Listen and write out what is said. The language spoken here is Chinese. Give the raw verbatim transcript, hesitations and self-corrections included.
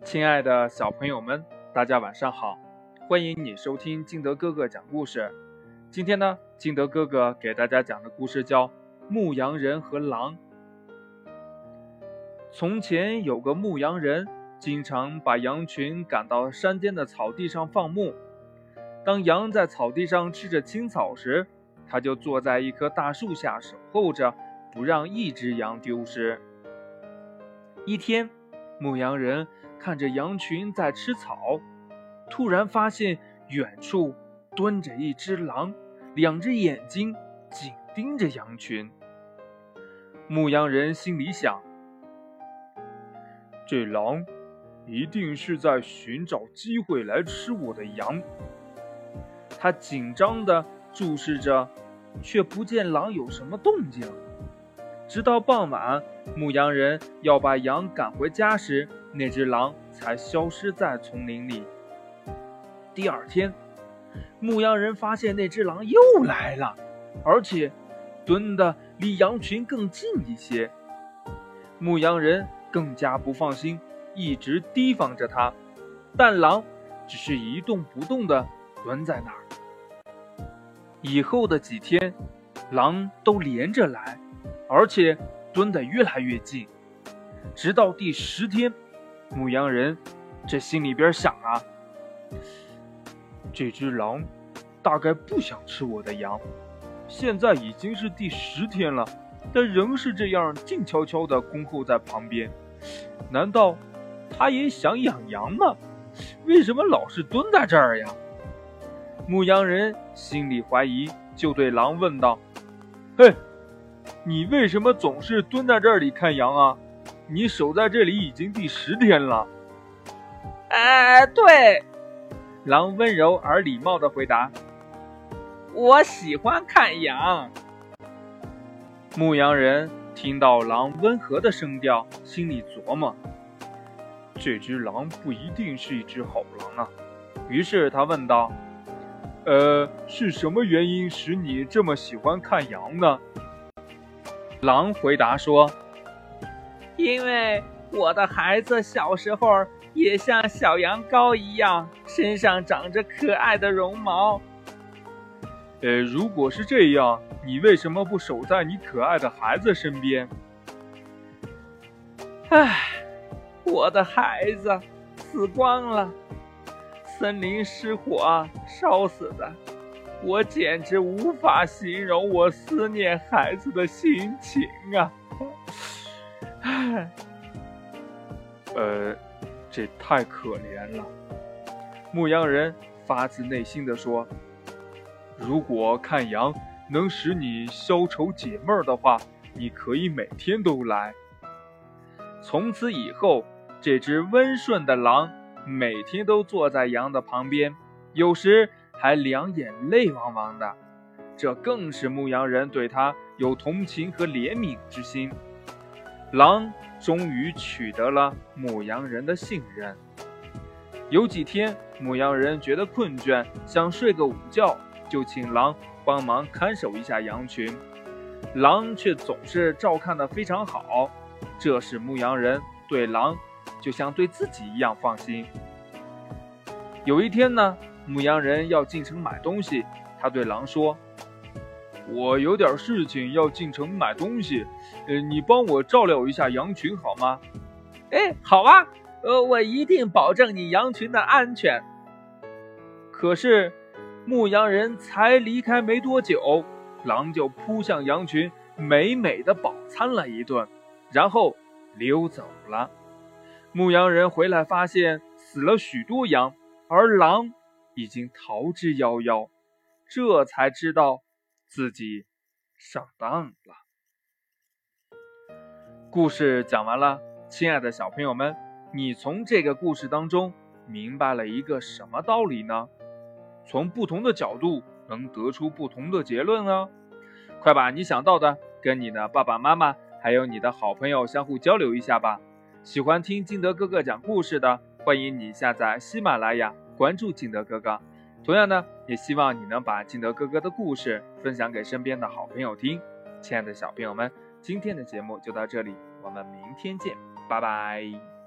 亲爱的小朋友们，大家晚上好，欢迎你收听金德哥哥讲故事。今天呢，金德哥哥给大家讲的故事叫《牧羊人和狼》。从前有个牧羊人，经常把羊群赶到山间的草地上放牧。当羊在草地上吃着青草时，他就坐在一棵大树下守候着，不让一只羊丢失。一天，牧羊人看着羊群在吃草，突然发现远处蹲着一只狼，两只眼睛紧盯着羊群。牧羊人心里想，这狼一定是在寻找机会来吃我的羊。他紧张地注视着，却不见狼有什么动静。直到傍晚，牧羊人要把羊赶回家时，那只狼才消失在丛林里。第二天，牧羊人发现那只狼又来了，而且蹲得离羊群更近一些。牧羊人更加不放心，一直提防着它，但狼只是一动不动地蹲在那儿。以后的几天，狼都连着来，而且蹲得越来越近。直到第十天，牧羊人这心里边想啊，这只狼大概不想吃我的羊。现在已经是第十天了，但仍是这样静悄悄地恭候在旁边。难道他也想养羊吗？为什么老是蹲在这儿呀？牧羊人心里怀疑，就对狼问道：嘿，你为什么总是蹲在这里看羊啊？你守在这里已经第十天了。 哎，对， 狼温柔而礼貌地回答， 我喜欢看羊。 牧羊人听到狼温和的声调，心里琢磨，这只狼不一定是一只好狼啊。于是他问道，呃，是什么原因使你这么喜欢看羊呢？狼回答说， 因为我的孩子小时候也像小羊羔一样，身上长着可爱的绒毛。 呃，如果是这样，你为什么不守在你可爱的孩子身边？ 唉，我的孩子死光了，森林失火烧死的，我简直无法形容我思念孩子的心情啊！唉， 呃，这太可怜了。牧羊人发自内心地说，如果看羊能使你消愁解闷的话，你可以每天都来。从此以后，这只温顺的狼每天都坐在羊的旁边，有时还两眼泪汪汪的，这更使牧羊人对他有同情和怜悯之心。狼终于取得了牧羊人的信任。有几天，牧羊人觉得困倦，想睡个午觉，就请狼帮忙看守一下羊群。狼却总是照看得非常好，这使牧羊人对狼就像对自己一样放心。有一天呢，牧羊人要进城买东西，他对狼说，我有点事情要进城买东西，呃，你帮我照料一下羊群好吗？ 哎，好啊，呃，我一定保证你羊群的安全。 可是牧羊人才离开没多久，狼就扑向羊群，美美的饱餐了一顿，然后溜走了。牧羊人回来发现死了许多羊，而狼已经逃之夭夭，这才知道自己上当了。故事讲完了，亲爱的小朋友们，你从这个故事当中明白了一个什么道理呢？从不同的角度能得出不同的结论啊！快把你想到的跟你的爸爸妈妈还有你的好朋友相互交流一下吧。喜欢听金德哥哥讲故事的，欢迎你下载喜马拉雅，关注金德哥哥。同样呢，也希望你能把金德哥哥的故事分享给身边的好朋友听。亲爱的小朋友们，今天的节目就到这里，我们明天见，拜拜。